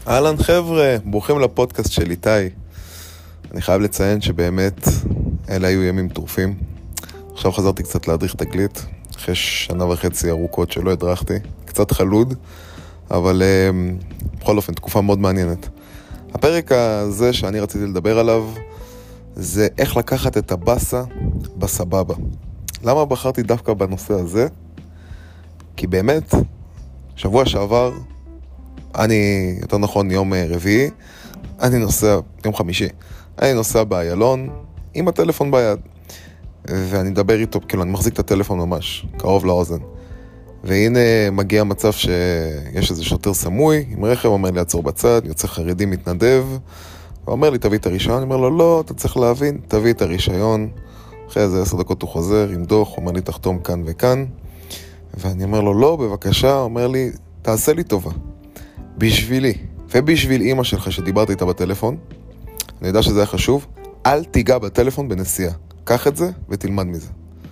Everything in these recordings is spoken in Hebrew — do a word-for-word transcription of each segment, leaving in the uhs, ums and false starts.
אהלן חבר'ה, ברוכים לפודקאסט של איתי. אני חייב לציין שבאמת אלה היו ימים טרופים. עכשיו חזרתי קצת להדריך תגלית, אחרי שנה וחצי ארוכות שלא הדרכתי. קצת חלוד, אבל בכל אופן תקופה מאוד מעניינת. הפרק הזה שאני רציתי לדבר עליו זה איך לקחת את הבאסה בסבבה. למה בחרתי דווקא בנושא הזה? כי באמת, שבוע שעבר, אני, יותר נכון, יום רביעי, אני נוסע, יום חמישי, אני נוסע באיילון עם הטלפון ביד, ואני מדבר איתו, כאילו אני מחזיק את הטלפון ממש, קרוב לאוזן. והנה מגיע מצב שיש איזה שוטר סמוי, עם רכב, אומר לי לעצור בצד, יוצא חרדי מתנדב, ואומר לי תביא את הרישיון, אני אומר לו לא, אתה צריך להבין, תביא את הרישיון. אחרי איזה עשר דקות הוא חוזר עם דוח, אומר לי תחתום כאן וכאן, ואני אומר לו לא, בבקשה, אומר לי תעשה לי טובה. בשבילי, ובשביל אמא שלך שדיברת איתה בטלפון, אני יודע שזה היה חשוב, אל תיגע בטלפון בנסיעה. קח את זה ותלמד מזה.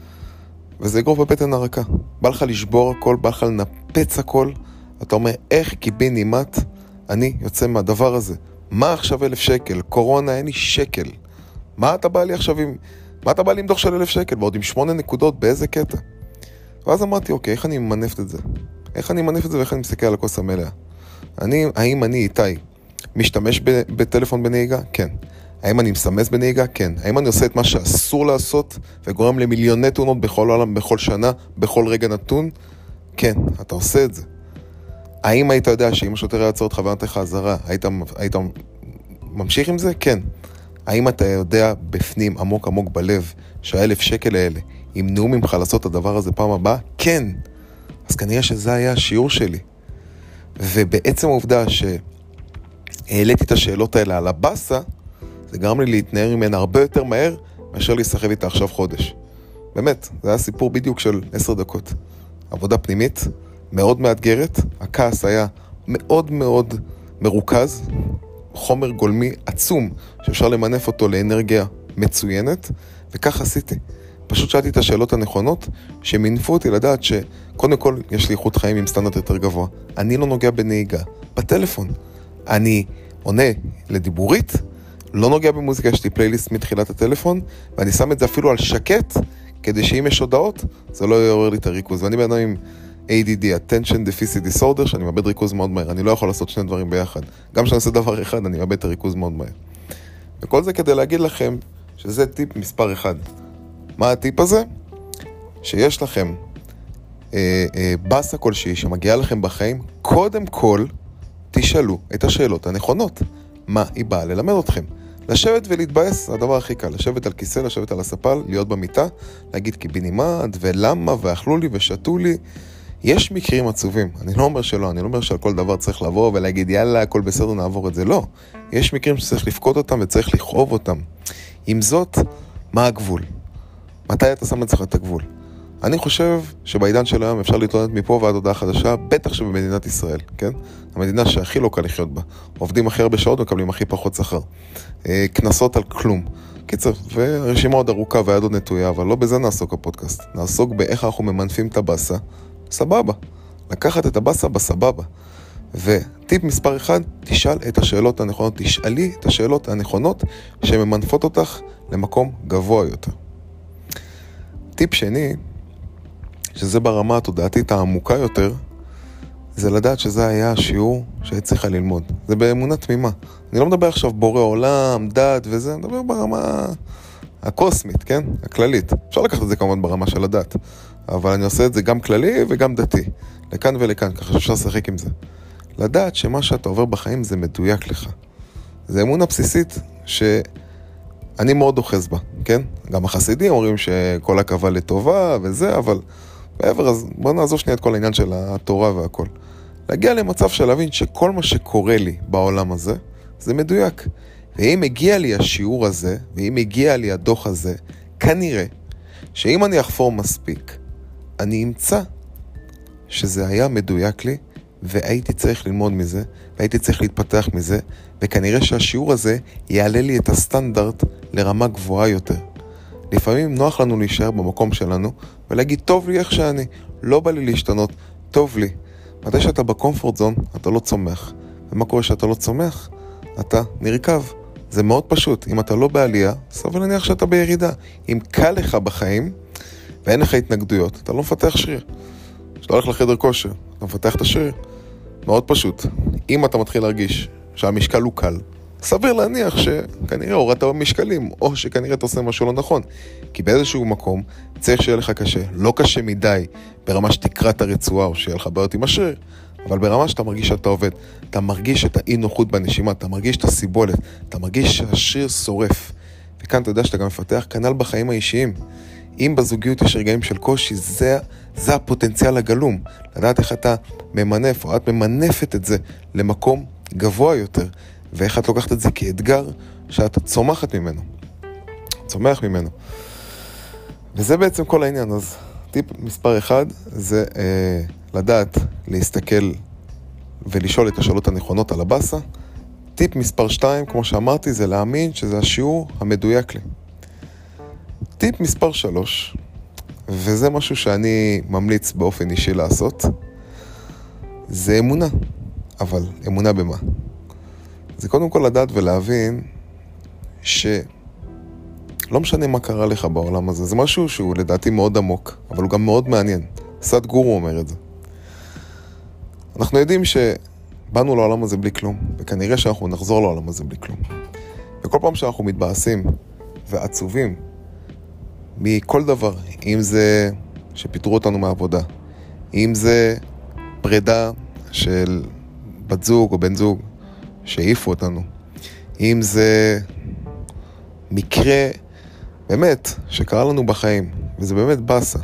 וזה יגרוף בבטן הרכה. בא לך לשבור הכל, בא לך לנפץ הכל. אתה אומר, איך קיבינימט אני יוצא מהדבר הזה? מה עכשיו אלף שקל? קורונה, אין לי שקל. מה אתה בא לי עכשיו עם... מה אתה בא לי עם דוח של אלף שקל? ועוד עם שמונה נקודות, באיזה קטע? ואז אמרתי, אוקיי, איך אני ממנף את זה? איך אני ממנף את זה ואיך אני מסתכל על הכוס המלאה? אני, האם אני איתי משתמש בטלפון בנהיגה? כן. האם אני מסמס בנהיגה? כן. האם אני עושה את מה שאסור לעשות וגורם למיליוני תאונות בכל עולם, בכל שנה, בכל רגע נתון? כן, אתה עושה את זה. האם היית יודע שאם השוטר היה יעצור אותך ונתן לך אזהרה, היית, היית ממשיך עם זה? כן. האם אתה יודע בפנים, עמוק עמוק בלב, שהאלף שקל האלה ימנעו ממך לעשות את הדבר הזה פעם הבאה? כן. אז כנראה שזה היה השיעור שלי. ובעצם העובדה שהעליתי את השאלות האלה על הבאסה, זה גרם לי להתנער ממנה הרבה יותר מהר מאשר להיסחב איתה עכשיו חודש. באמת, זה היה סיפור בדיוק של עשר דקות. עבודה פנימית, מאוד מאתגרת, הכעס היה מאוד מאוד מרוכז, חומר גולמי עצום שאפשר למנף אותו לאנרגיה מצוינת, וכך עשיתי. פשוט שאלתי את השאלות הנכונות שמינפו אותי לדעת שקודם כל יש לי איכות חיים עם סטנדרט יותר גבוה. אני לא נוגע בנהיגה, בטלפון. אני עונה לדיבורית, לא נוגע במוזיקה, יש לי פלייליסט מתחילת הטלפון, ואני שם את זה אפילו על שקט, כדי שאם יש הודעות, זה לא יעורר לי את הריכוז. ואני באדם עם איי די די, Attention Deficit Disorder, שאני מאבד ריכוז מאוד מהר. אני לא יכול לעשות שני דברים ביחד. גם כשאני עושה דבר אחד, אני מאבד את הריכוז מאוד מהר. וכל זה כדי להגיד לכם שזה טיפ מספר אחד. מה הטיפ הזה? שיש לכם אה, אה, בסה כלשהי שמגיעה לכם בחיים, קודם כל תשאלו את השאלות הנכונות. מה היא באה ללמד אתכם? לשבת ולהתבאס, הדבר הכי קל. לשבת על כיסא, לשבת על הספל, להיות במיטה, להגיד קיבינימט ולמה ואכלו לי ושתו לי. יש מקרים עצובים, אני לא אומר שלא, אני לא אומר שעל כל דבר צריך לבוא ולהגיד יאללה, הכל בסדר, נעבור את זה. לא. יש מקרים שצריך לפקוד אותם וצריך לכאוב אותם. עם זאת, מה הגבול? מתי אתה שם אצלך את הגבול? אני חושב שבעידן של היום אפשר להתלונן מפה ועד הודעה חדשה, בטח שבמדינת ישראל, כן? המדינה שהכי לא קל לחיות בה. עובדים הכי הרבה שעות ומקבלים הכי פחות שכר. כנסות על כלום. קיצר, ורשימה עוד ארוכה והיד עוד נטויה, אבל לא בזה נעסוק הפודקאסט. נעסוק באיך אנחנו ממנפים את הבאסה. סבבה. לקחת את הבאסה בסבבה. וטיפ מספר אחד, תשאל את השאלות הנכונות. תשאלי את השאלות הנכונות שממנפות אותך למקום גבוה יותר. טיפ שני, שזה ברמה התודעתית העמוקה יותר, זה לדעת שזה היה השיעור שהיית צריכה ללמוד. זה באמונה תמימה. אני לא מדבר עכשיו בורא עולם, דת וזה, אני מדבר ברמה הקוסמית, כן? הכללית. אפשר לקחת את זה כמובן ברמה של הדת, אבל אני עושה את זה גם כללי וגם דתי. לכאן ולכאן, ככה שאפשר לשחק עם זה. לדעת שמה שאתה עובר בחיים זה מדויק לך. זה אמונה בסיסית שאני מאוד אוחז בה, כן? גם החסידים אומרים שכל הקווה לטובה וזה, אבל מעבר, אז בוא נעזוב שנייה את כל העניין של התורה והכל. להגיע למצב של להבין שכל מה שקורה לי בעולם הזה, זה מדויק. ואם הגיע לי השיעור הזה, ואם הגיע לי הדוח הזה, כנראה שאם אני אחפור מספיק, אני אמצא שזה היה מדויק לי, והייתי צריך ללמוד מזה, והייתי צריך להתפתח מזה, וכנראה שהשיעור הזה יעלה לי את הסטנדרט לרמה גבוהה יותר. לפעמים נוח לנו להישאר במקום שלנו, ולהגיד, טוב לי איך שאני, לא בא לי להשתנות, טוב לי. מתי שאתה בקומפורט זון, אתה לא צומח. ומה קורה שאתה לא צומח? אתה נרכב. זה מאוד פשוט. אם אתה לא בעלייה, סביר להניח שאתה בירידה. אם קל לך בחיים, ואין לך התנגדויות, אתה לא מפתח שריר. כשאתה הולך לחדר כושר, אתה מפתח את השריר. מאוד פשוט. אם אתה מתחיל להרגיש שהמשקל הוא קל, סביר להניח שכנראה הורדת במשקלים, או שכנראה אתה עושה משהו לא נכון. כי באיזשהו מקום צריך שיהיה לך קשה. לא קשה מדי ברמה שתקרא את הרצועה, או שיהיה לך בעיות עם השריר, אבל ברמה שאתה מרגיש שאתה עובד, אתה מרגיש את האי נוחות בנשימה, אתה מרגיש את הסיבולת, אתה מרגיש שהשריר שורף. וכאן אתה יודע שאתה גם מפתח כנ"ל בחיים האישיים. אם בזוגיות יש רגעים של קושי, זה, זה הפוטנציאל הגלום. לדעת איך אתה ממנף, או את ממנפת את זה למקום גבוה יותר, ואיך את לוקחת את זה כאתגר שאת צומחת ממנו. צומח ממנו. וזה בעצם כל העניין. אז טיפ מספר אחד זה אה, לדעת להסתכל ולשאול את השאלות הנכונות על הבאסה. טיפ מספר שתיים, כמו שאמרתי, זה להאמין שזה השיעור המדויק לי. טיפ מספר שלוש, וזה משהו שאני ממליץ באופן אישי לעשות, זה אמונה. אבל אמונה במה? זה קודם כל לדעת ולהבין שלא משנה מה קרה לך בעולם הזה. זה משהו שהוא לדעתי מאוד עמוק, אבל הוא גם מאוד מעניין. סאד גורו אומר את זה. אנחנו יודעים שבאנו לעולם הזה בלי כלום, וכנראה שאנחנו נחזור לעולם הזה בלי כלום. וכל פעם שאנחנו מתבאסים ועצובים מכל דבר, אם זה שפיטרו אותנו מהעבודה, אם זה פרידה של בת זוג או בן זוג שהעיפו אותנו, אם זה מקרה באמת שקרה לנו בחיים, וזה באמת בסה,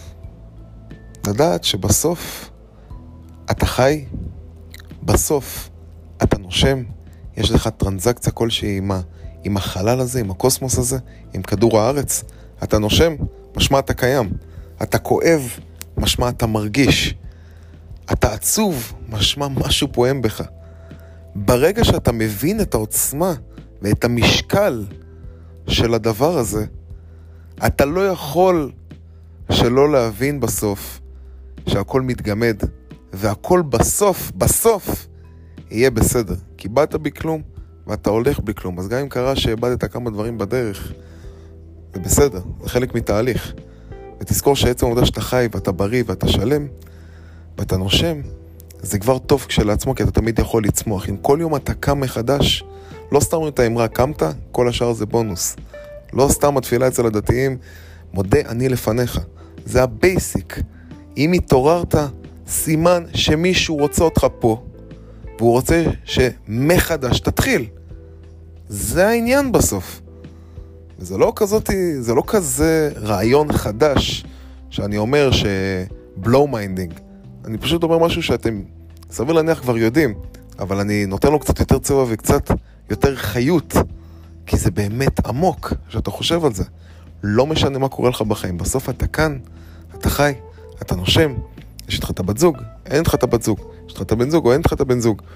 לדעת שבסוף אתה חי, בסוף אתה נושם, יש לך טרנזקציה כלשהי עם, עם החלל הזה, עם הקוסמוס הזה, עם כדור הארץ. אתה נושם, משמע אתה קיים. אתה כואב, משמע אתה מרגיש. אתה עצוב, משמע משהו פועם בך. ברגע שאתה מבין את העוצמה ואת המשקל של הדבר הזה, אתה לא יכול שלא להבין בסוף שהכל מתגמד, והכל בסוף, בסוף יהיה בסדר. כי באת בכלום ואתה הולך בכלום. אז גם אם קרה שאיבדת כמה דברים בדרך, זה בסדר, זה חלק מתהליך. ותזכור שעצם העובדה שאתה חי ואתה בריא ואתה שלם ואתה נושם, זה כבר טוב כשלעצמו, כי אתה תמיד יכול לצמוח. אם כל יום אתה קם מחדש, לא סתם את האמרה קמת, כל השאר זה בונוס. לא סתם התפילה אצל הדתיים, מודה אני לפניך. זה הבייסיק. אם התעוררת, סימן שמישהו רוצה אותך פה, והוא רוצה שמחדש תתחיל. זה העניין בסוף. וזה לא כזאת, זה לא כזה רעיון חדש שאני אומר שבלו מיינדינג. אני פשוט אומר משהו שאתם סביר להניח כבר יודעים, אבל אני נותן לו קצת יותר צבע וקצת יותר חיות, כי זה באמת עמוק שאתה חושב על זה. לא משנה מה קורה לך בחיים, בסוף אתה כאן, אתה חי, אתה נושם, יש איתך את הבת זוג, אין איתך את הבת זוג, יש איתך את הבן זוג או אין איתך את הבן זוג.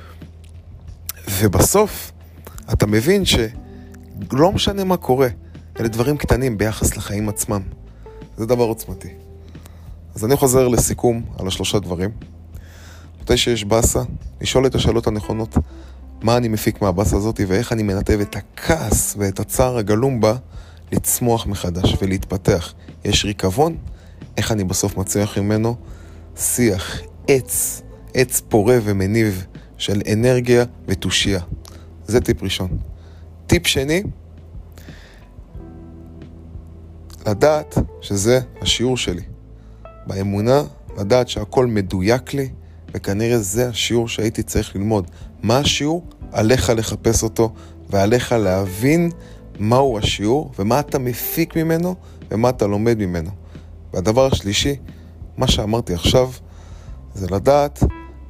ובסוף אתה מבין שלא משנה מה קורה, אלה דברים קטנים ביחס לחיים עצמם. זה דבר עוצמתי. אז אני חוזר לסיכום על השלושה דברים. מתי שיש בסה, לשאול את השאלות הנכונות, מה אני מפיק מהבסה הזאת ואיך אני מנתב את הכעס ואת הצער הגלום בה לצמוח מחדש ולהתפתח. יש ריקבון, איך אני בסוף מצליח ממנו? שיח, עץ, עץ פורה ומניב של אנרגיה ותושייה. זה טיפ ראשון. טיפ שני, לדעת שזה השיעור שלי. באמונה, לדעת שהכל מדויק לי, וכנראה זה השיעור שהייתי צריך ללמוד. מה השיעור? עליך לחפש אותו, ועליך להבין מהו השיעור, ומה אתה מפיק ממנו, ומה אתה לומד ממנו. והדבר השלישי, מה שאמרתי עכשיו, זה לדעת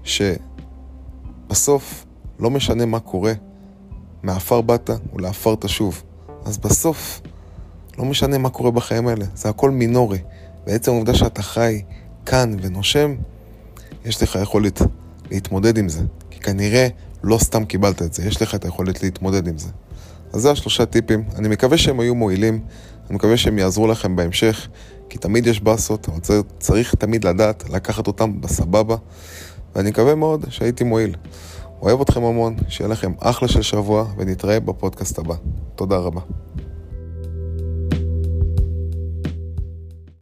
שבסוף לא משנה מה קורה, מאפר באת ולאפר תשוב. אז בסוף לא משנה מה קורה בחיים האלה, זה הכל מינורי. בעצם העובדה שאתה חי כאן ונושם, יש לך יכולת להתמודד עם זה. כי כנראה לא סתם קיבלת את זה, יש לך את היכולת להתמודד עם זה. אז זה השלושה טיפים, אני מקווה שהם היו מועילים, אני מקווה שהם יעזרו לכם בהמשך, כי תמיד יש בסות, אבל צריך תמיד לדעת לקחת אותם בסבבה, ואני מקווה מאוד שהייתי מועיל. אוהב אתכם המון, שיהיה לכם אחלה של שבוע, ונתראה בפודקאסט הבא. תודה רבה.